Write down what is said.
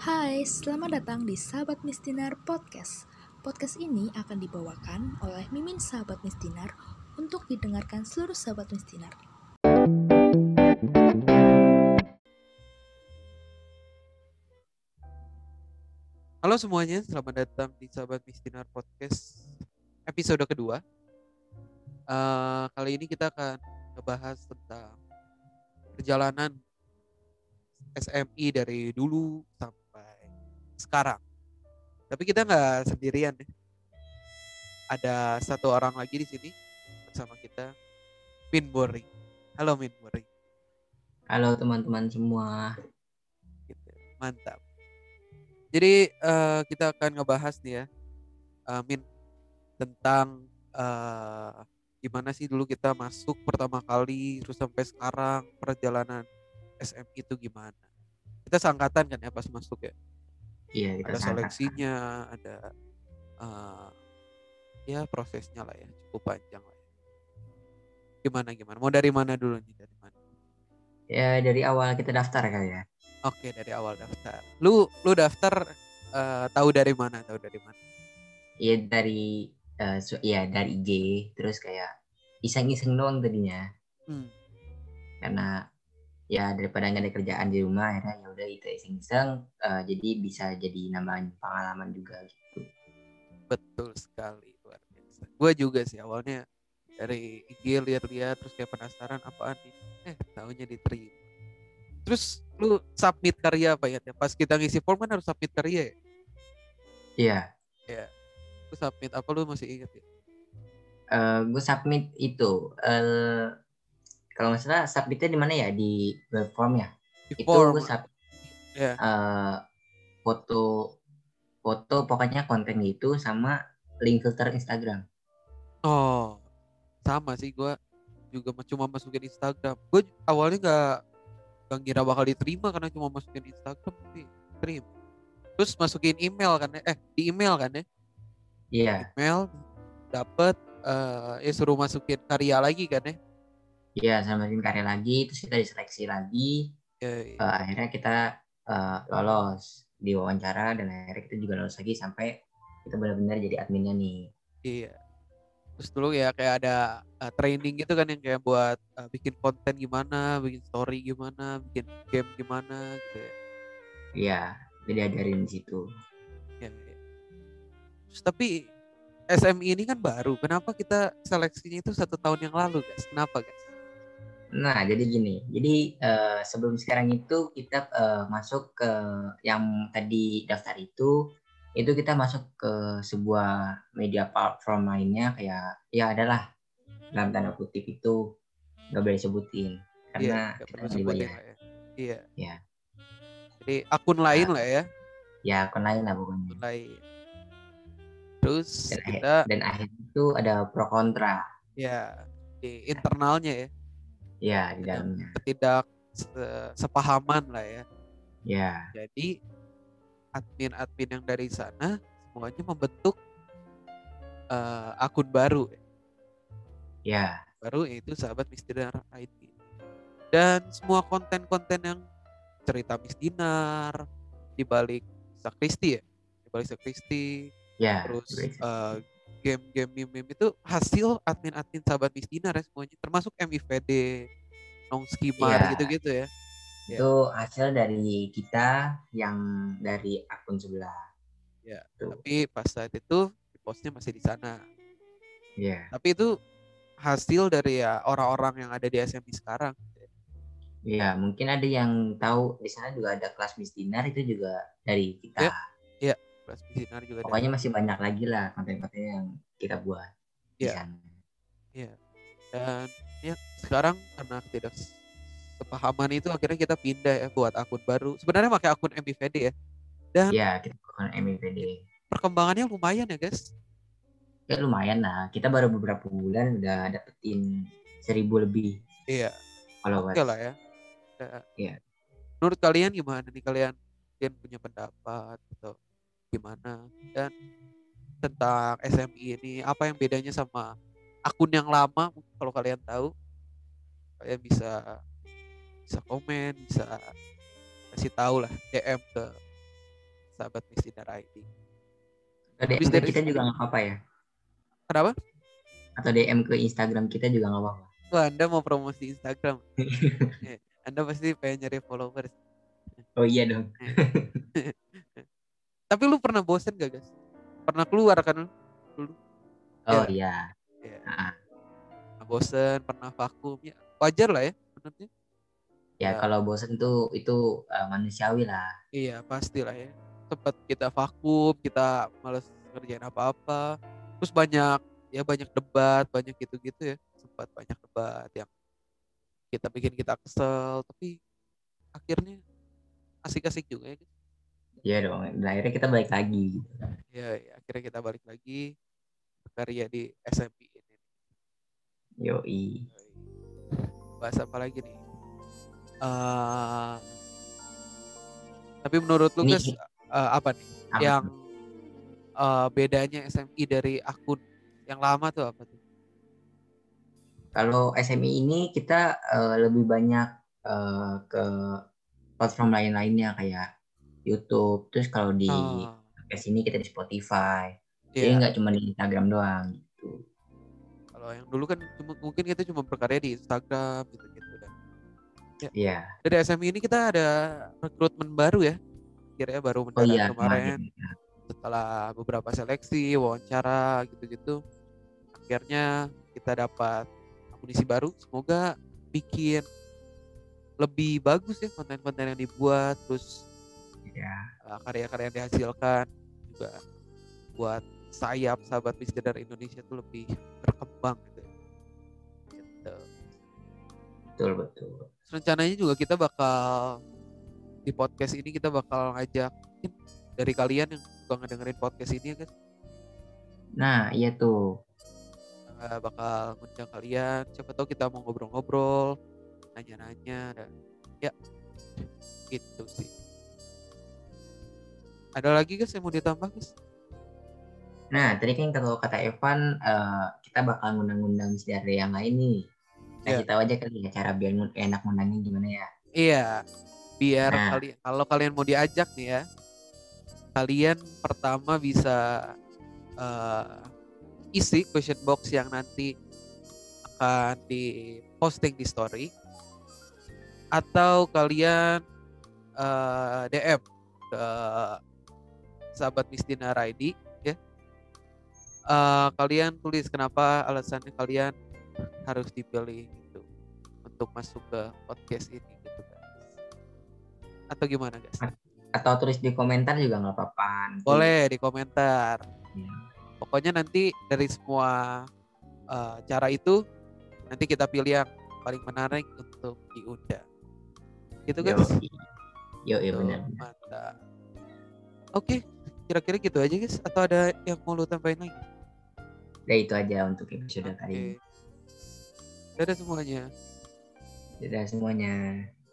Hai, selamat datang di Sahabat Mistinar Podcast. Podcast ini akan dibawakan oleh Mimin Sahabat Mistinar untuk didengarkan seluruh Sahabat Mistinar. Halo semuanya, selamat datang di Sahabat Mistinar Podcast episode kedua. Kali ini kita akan ngebahas tentang perjalanan SMI dari dulu sampai sekarang. Tapi kita nggak sendirian ya. Ada satu orang lagi di sini bersama kita, Min Boring. Halo Min Boring. Halo teman-teman semua. Gitu. Mantap. Jadi kita akan ngebahas nih ya, Min, tentang gimana sih dulu kita masuk pertama kali terus sampai sekarang perjalanan SM itu gimana. Kita seangkatan kan ya pas masuk ya. Iya, kita Ada seangkatan. seleksinya, ada ya prosesnya lah ya, cukup panjang lah ya. Gimana? Mau dari mana dulu nih? Dari mana? Ya dari awal kita daftar kali ya. Oke, dari awal daftar. Lu daftar tahu dari mana? Tahu dari mana? Iya dari IG, terus kayak iseng-iseng doang tadinya. Karena ya daripada nggak ada kerjaan di rumah, akhirnya ya udah itu iseng-iseng. Jadi bisa jadi nambahin pengalaman juga gitu. Betul sekali, luar biasa. Gue juga sih awalnya dari IG lihat-lihat terus kayak penasaran apaan nih. Tahunya diterima. Terus lu submit karya apa ya? Pas kita ngisi form kan harus submit karya ya? Iya. Ya. Lu submit apa, lu masih inget ya? Gue submit itu. Kalau nggak salah submitnya di mana ya, di web form ya. Di Itu form. gue submit Ya. foto pokoknya konten gitu sama link filter Instagram. Oh, sama sih gue juga cuma masukin Instagram. Gue awalnya nggak ngira bakal diterima karena cuma masukin Instagram tapi terima. Terus masukin email kan ya? Di email kan ya? Iya. Email dapet ya suruh masukin karya lagi kan ya? Iya, sama bikin karya lagi, terus kita diseleksi lagi. Ya. Akhirnya kita lolos di wawancara, dan akhirnya kita juga lolos lagi sampai kita benar-benar jadi adminnya nih. Iya. Terus dulu ya kayak ada training gitu kan yang kayak buat bikin konten gimana, bikin story gimana, bikin game gimana gitu ya. Iya, jadi ajarin di situ. Ya. Terus, tapi SMI ini kan baru. Kenapa kita seleksinya itu 1 tahun yang lalu, guys? Kenapa, guys? Nah, jadi gini. Jadi sebelum sekarang itu kita masuk ke yang tadi daftar itu kita masuk ke sebuah media platform lainnya, kayak ya adalah dalam tanda kutip itu nggak boleh sebutin Iya, karena nggak kita perlu nggak sebutin dibayar. lah ya. Iya. Ya, Jadi akun lain lah ya. ya akun lain lah pokoknya. Akun lain. Terus kita Dan akhirnya itu ada pro kontra. ya di internalnya ya. Ya, di Ada dalamnya. ketidak sepahaman lah ya. Ya. Jadi admin-admin yang dari sana semuanya membentuk akun baru. Ya. Baru yaitu Sahabat Mistinar ID. Dan semua konten-konten yang cerita Mistinar di balik Sakristi ya. Di balik Sakristi. Ya. Terus game-game meme itu hasil admin-admin Sahabat Mistinar ya semuanya. Termasuk MIVD, Nongskimar Ya. gitu-gitu ya. Itu hasil dari kita yang dari akun sebelah. Ya, Tuh. tapi pas saat itu postnya masih di sana. Ya. Tapi itu hasil dari ya orang-orang yang ada di SMI sekarang. Ya, mungkin ada yang tahu di sana juga ada kelas Mistinar, itu juga dari kita. Ya, kelas Mistinar juga. Pokoknya masih banyak lagi lah konten-konten yang kita buat di sana. Iya. Dan ya sekarang karena tidak sepahaman itu akhirnya kita pindah ya buat akun baru. Sebenarnya pakai akun MIVD ya. Dan ya, kita bukan MIVD. Perkembangannya lumayan ya guys. Ya lumayan lah. Kita baru beberapa bulan udah dapetin 1.000 lebih. Iya. Followers. Oke lah ya. Iya. Menurut kalian gimana nih, kalian punya pendapat atau gimana, dan tentang SMI ini apa yang bedanya sama akun yang lama? Kalau kalian tahu, kalian bisa komen, bisa kasih tahu lah, DM ke Sahabat Mistinar ID. Atau Habis DM ke dari kita juga nggak apa-apa ya? kenapa? Atau DM ke Instagram kita juga nggak apa-apa. Wah, Anda mau promosi Instagram. Anda pasti pengen nyari followers. Oh iya dong. Tapi lu pernah bosen gak, guys? Pernah keluar kan lu dulu? Oh Ya, iya. ya. Ah, Pernah bosen, pernah vakum. Ya, wajar lah ya menurutnya. ya Ya, kalau bosen tuh itu manusiawi lah. iya pastilah ya. Sempat kita vakum, kita males ngerjain apa-apa. Terus banyak debat, banyak gitu-gitu ya. Sempat banyak debat yang kita bikin kita kesel, tapi akhirnya asik-asik juga ya, guys. Iya dong. Dan akhirnya kita balik lagi gitu. Ya, akhirnya kita balik lagi berkarya di SMP ini. Yoi. Bahas apa lagi nih? Eh, tapi menurut lu, guys, Ini apa nih apa yang tuh? bedanya SMI dari akun yang lama tuh apa tuh? Kalau SMI ini kita lebih banyak ke platform lain-lainnya kayak YouTube. Terus kalau di Oh, podcast ini kita di Spotify. Jadi iya. nggak cuma di Instagram doang gitu. Kalau yang dulu kan mungkin kita cuma berkarya di Instagram gitu-gitu dan ya, Iya. dari SMI ini kita ada rekrutmen baru ya. Kira baru Oh mendarat iya kemarin kemarin. setelah beberapa seleksi, wawancara gitu-gitu. Akhirnya kita dapat amunisi baru. Semoga bikin lebih bagus ya konten-konten yang dibuat, terus Ya. karya-karya yang dihasilkan juga buat sayap sahabat Mistinar Indonesia tuh lebih berkembang gitu. Gitu. Betul betul. Terus rencananya juga kita bakal di podcast ini kita bakal ngajak mungkin dari kalian yang suka ngedengerin podcast ini ya guys. Nah iya tuh. Kita bakal ngundang kalian, siapa tahu kita mau ngobrol-ngobrol, nanya-nanya dan ya gitu sih. Ada lagi guys yang mau ditambah guys? Nah tadi kan kalau kata Evan kita bakal ngundang-ngundang dari yang lain nih. Ya. Kasih tahu aja kali ya cara biar enak ngundangnya gimana ya. Iya, biar Nah. kalau kalian mau diajak nih ya, kalian pertama bisa isi question box yang nanti akan di posting di story, atau kalian DM ke sahabat Mistinar ID ya. Kalian tulis kenapa alasannya kalian harus dipilih gitu untuk masuk ke podcast ini gitu guys. Atau gimana guys? Atau tulis di komentar juga nggak apa-apa. Nanti. Boleh di komentar. Ya. Pokoknya nanti dari semua cara itu nanti kita pilih yang paling menarik untuk diundang. Gitu guys. Yo benar. Mantap. Oke, kira-kira gitu aja guys. Atau ada yang mau lu tambahin lagi? Udah itu aja untuk episode kali ini. Dadah semuanya. Dadah semuanya.